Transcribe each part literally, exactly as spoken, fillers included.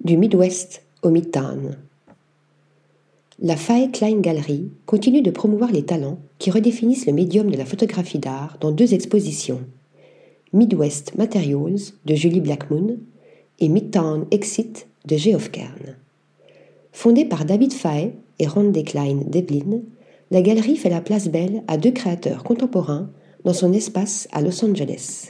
du Midwest au Midtown. La Faye Klein Gallery continue de promouvoir les talents qui redéfinissent le médium de la photographie d'art dans deux expositions, Midwest Materials de Julie Blackmun et Midtown Exit de Geoff Kern. Fondée par David Faye et Randy Klein Devlin, la galerie fait la place belle à deux créateurs contemporains dans son espace à Los Angeles.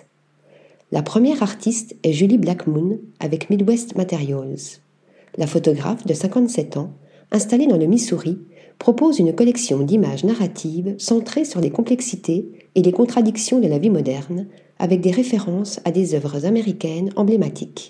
La première artiste est Julie Blackmun avec Midwest Materials. La photographe de cinquante-sept ans, installée dans le Missouri, propose une collection d'images narratives centrées sur les complexités et les contradictions de la vie moderne, avec des références à des œuvres américaines emblématiques.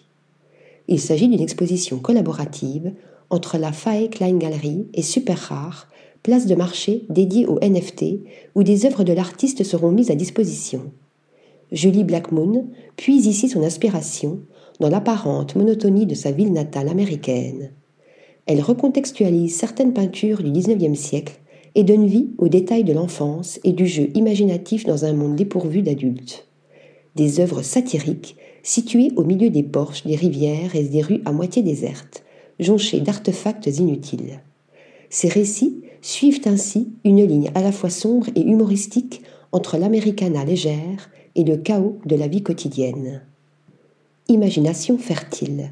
Il s'agit d'une exposition collaborative entre la Faye Klein Gallery et Super Rare, place de marché dédiée aux N F T où des œuvres de l'artiste seront mises à disposition. Julie Blackmun puise ici son inspiration dans l'apparente monotonie de sa ville natale américaine. Elle recontextualise certaines peintures du dix-neuvième siècle et donne vie aux détails de l'enfance et du jeu imaginatif dans un monde dépourvu d'adultes. Des œuvres satiriques situées au milieu des porches, des rivières et des rues à moitié désertes, jonchées d'artefacts inutiles. Ces récits suivent ainsi une ligne à la fois sombre et humoristique entre l'americana légère et le chaos de la vie quotidienne. Imagination fertile.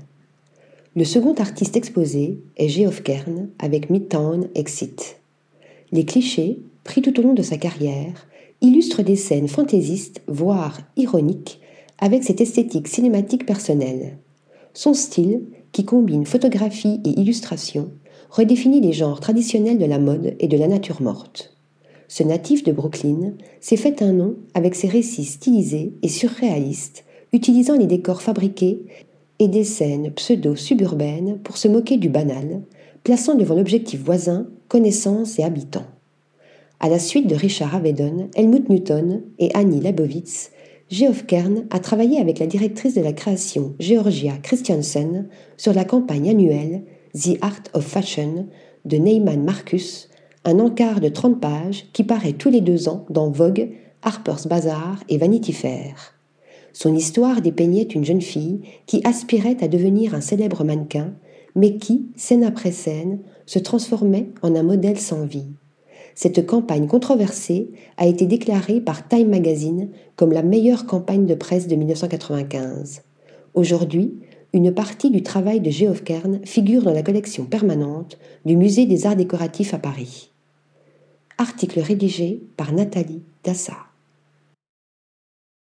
Le second artiste exposé est Geoff Kern avec Midtown Exit. Les clichés, pris tout au long de sa carrière, illustrent des scènes fantaisistes, voire ironiques, avec cette esthétique cinématique personnelle. Son style, qui combine photographie et illustration, redéfinit les genres traditionnels de la mode et de la nature morte. Ce natif de Brooklyn s'est fait un nom avec ses récits stylisés et surréalistes, utilisant les décors fabriqués et des scènes pseudo-suburbaines pour se moquer du banal, plaçant devant l'objectif voisin connaissances et habitants. À la suite de Richard Avedon, Helmut Newton et Annie Leibovitz, Geoff Kern a travaillé avec la directrice de la création Georgia Christiansen sur la campagne annuelle The Art of Fashion de Neiman Marcus, un encart de trente pages qui paraît tous les deux ans dans Vogue, Harper's Bazaar et Vanity Fair. Son histoire dépeignait une jeune fille qui aspirait à devenir un célèbre mannequin, mais qui, scène après scène, se transformait en un modèle sans vie. Cette campagne controversée a été déclarée par Time Magazine comme la meilleure campagne de presse de dix-neuf cent quatre-vingt-quinze. Aujourd'hui, une partie du travail de Geoff Kern figure dans la collection permanente du Musée des Arts décoratifs à Paris. Article rédigé par Nathalie Dassa.